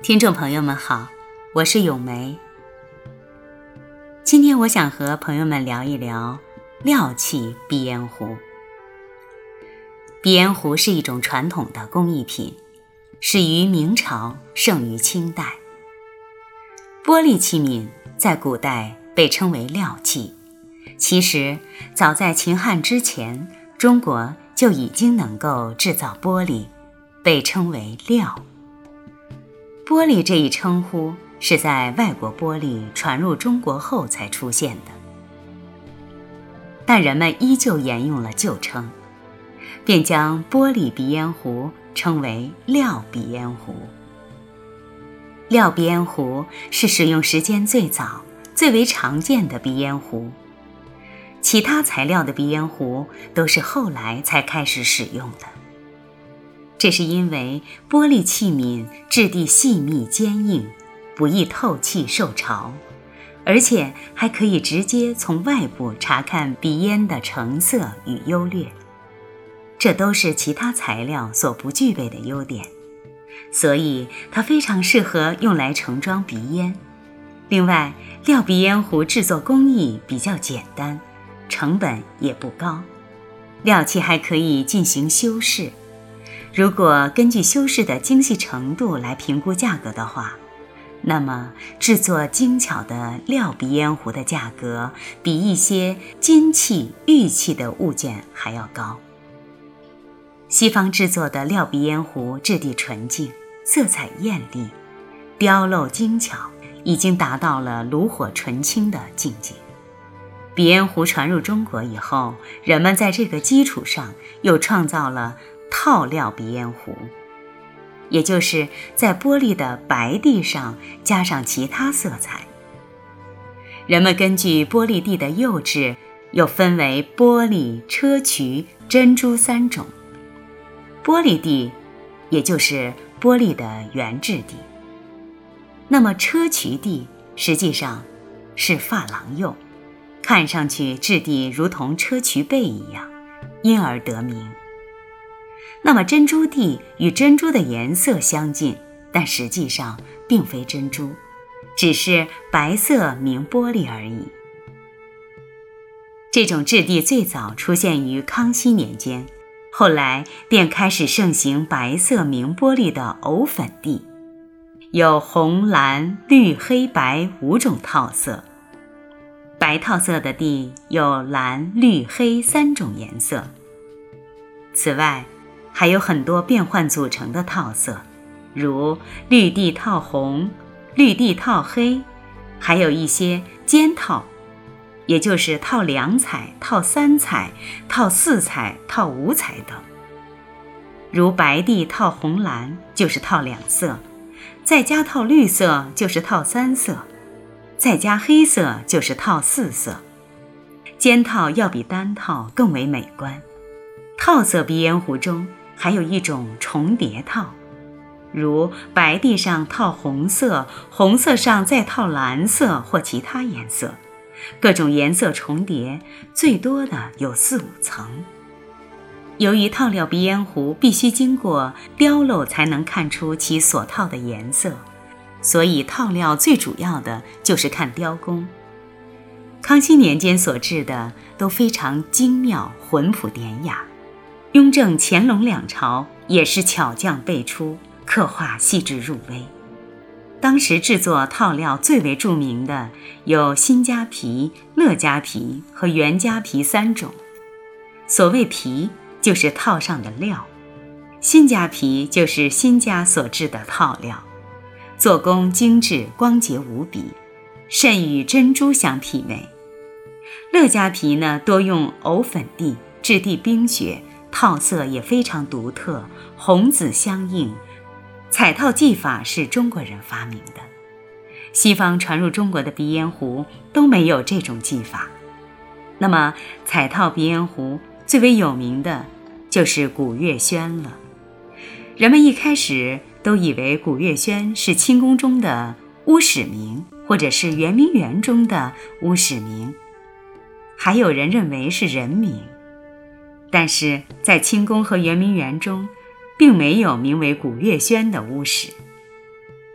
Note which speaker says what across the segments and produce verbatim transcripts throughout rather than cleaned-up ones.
Speaker 1: 听众朋友们好，我是咏梅。今天我想和朋友们聊一聊料器鼻烟壶。鼻烟壶是一种传统的工艺品，始于明朝，盛于清代。玻璃器皿在古代被称为料器，其实早在秦汉之前，中国就已经能够制造玻璃，被称为料。玻璃这一称呼是在外国玻璃传入中国后才出现的，但人们依旧沿用了旧称，便将玻璃鼻烟壶称为料鼻烟壶。料鼻烟壶是使用时间最早、最为常见的鼻烟壶，其他材料的鼻烟壶都是后来才开始使用的。这是因为玻璃器皿质地细密坚硬，不易透气受潮，而且还可以直接从外部查看鼻烟的成色与优劣，这都是其他材料所不具备的优点，所以它非常适合用来盛装鼻烟。另外，料鼻烟壶制作工艺比较简单，成本也不高，料器还可以进行修饰。如果根据修饰的精细程度来评估价格的话，那么制作精巧的料鼻烟壶的价格比一些金器、玉器的物件还要高。西方制作的料鼻烟壶质地纯净，色彩艳丽，雕镂精巧，已经达到了炉火纯青的境界。鼻烟壶传入中国以后，人们在这个基础上又创造了套料鼻烟壶，也就是在玻璃的白地上加上其他色彩。人们根据玻璃地的釉质，又分为玻璃、砗磲、珍珠三种。玻璃地也就是玻璃的原质地，那么砗磲地实际上是珐琅釉，看上去质地如同砗磲贝一样，因而得名。那么珍珠地与珍珠的颜色相近，但实际上并非珍珠，只是白色明玻璃而已。这种质地最早出现于康熙年间，后来便开始盛行白色明玻璃的藕粉地，有红、蓝、绿、黑、白五种套色。白套色的地有蓝、绿、黑三种颜色。此外，还有很多变换组成的套色，如绿地套红、绿地套黑，还有一些间套，也就是套两彩、套三彩、套四彩、套五彩等。如白地套红蓝就是套两色，再加套绿色就是套三色，再加黑色就是套四色。间套要比单套更为美观。套色鼻烟壶中还有一种重叠套，如白地上套红色，红色上再套蓝色或其他颜色，各种颜色重叠，最多的有四五层。由于套料鼻烟壶必须经过雕镂才能看出其所套的颜色，所以套料最主要的就是看雕工。康熙年间所制的都非常精妙，浑朴典雅。雍正、乾隆两朝也是巧匠辈出，刻画细致入微。当时制作套料最为著名的有辛家皮、乐家皮和袁家皮三种。所谓皮，就是套上的料；辛家皮就是辛家所制的套料，做工精致，光洁无比，甚与珍珠相媲美。乐家皮呢，多用藕粉地，质地冰雪，套色也非常独特，红紫相映。彩套技法是中国人发明的，西方传入中国的鼻烟壶都没有这种技法。那么彩套鼻烟壶最为有名的就是古月轩了。人们一开始都以为古月轩是清宫中的乌使明，或者是圆明园中的乌使明，还有人认为是人名。但是在清宫和圆明园中并没有名为古月轩的巫师。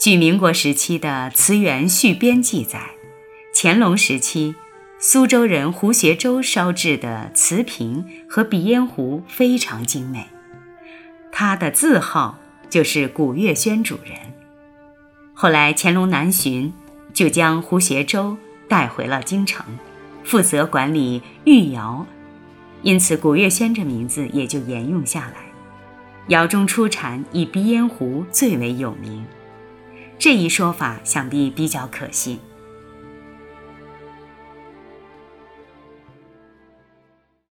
Speaker 1: 据民国时期的《词源续编》记载，乾隆时期苏州人胡学周烧制的瓷瓶和鼻烟壶非常精美，他的字号就是古月轩主人。后来乾隆南巡，就将胡学周带回了京城，负责管理御窑，因此古月轩这名字也就沿用下来。窑中出产以鼻烟壶最为有名，这一说法想必比较可信。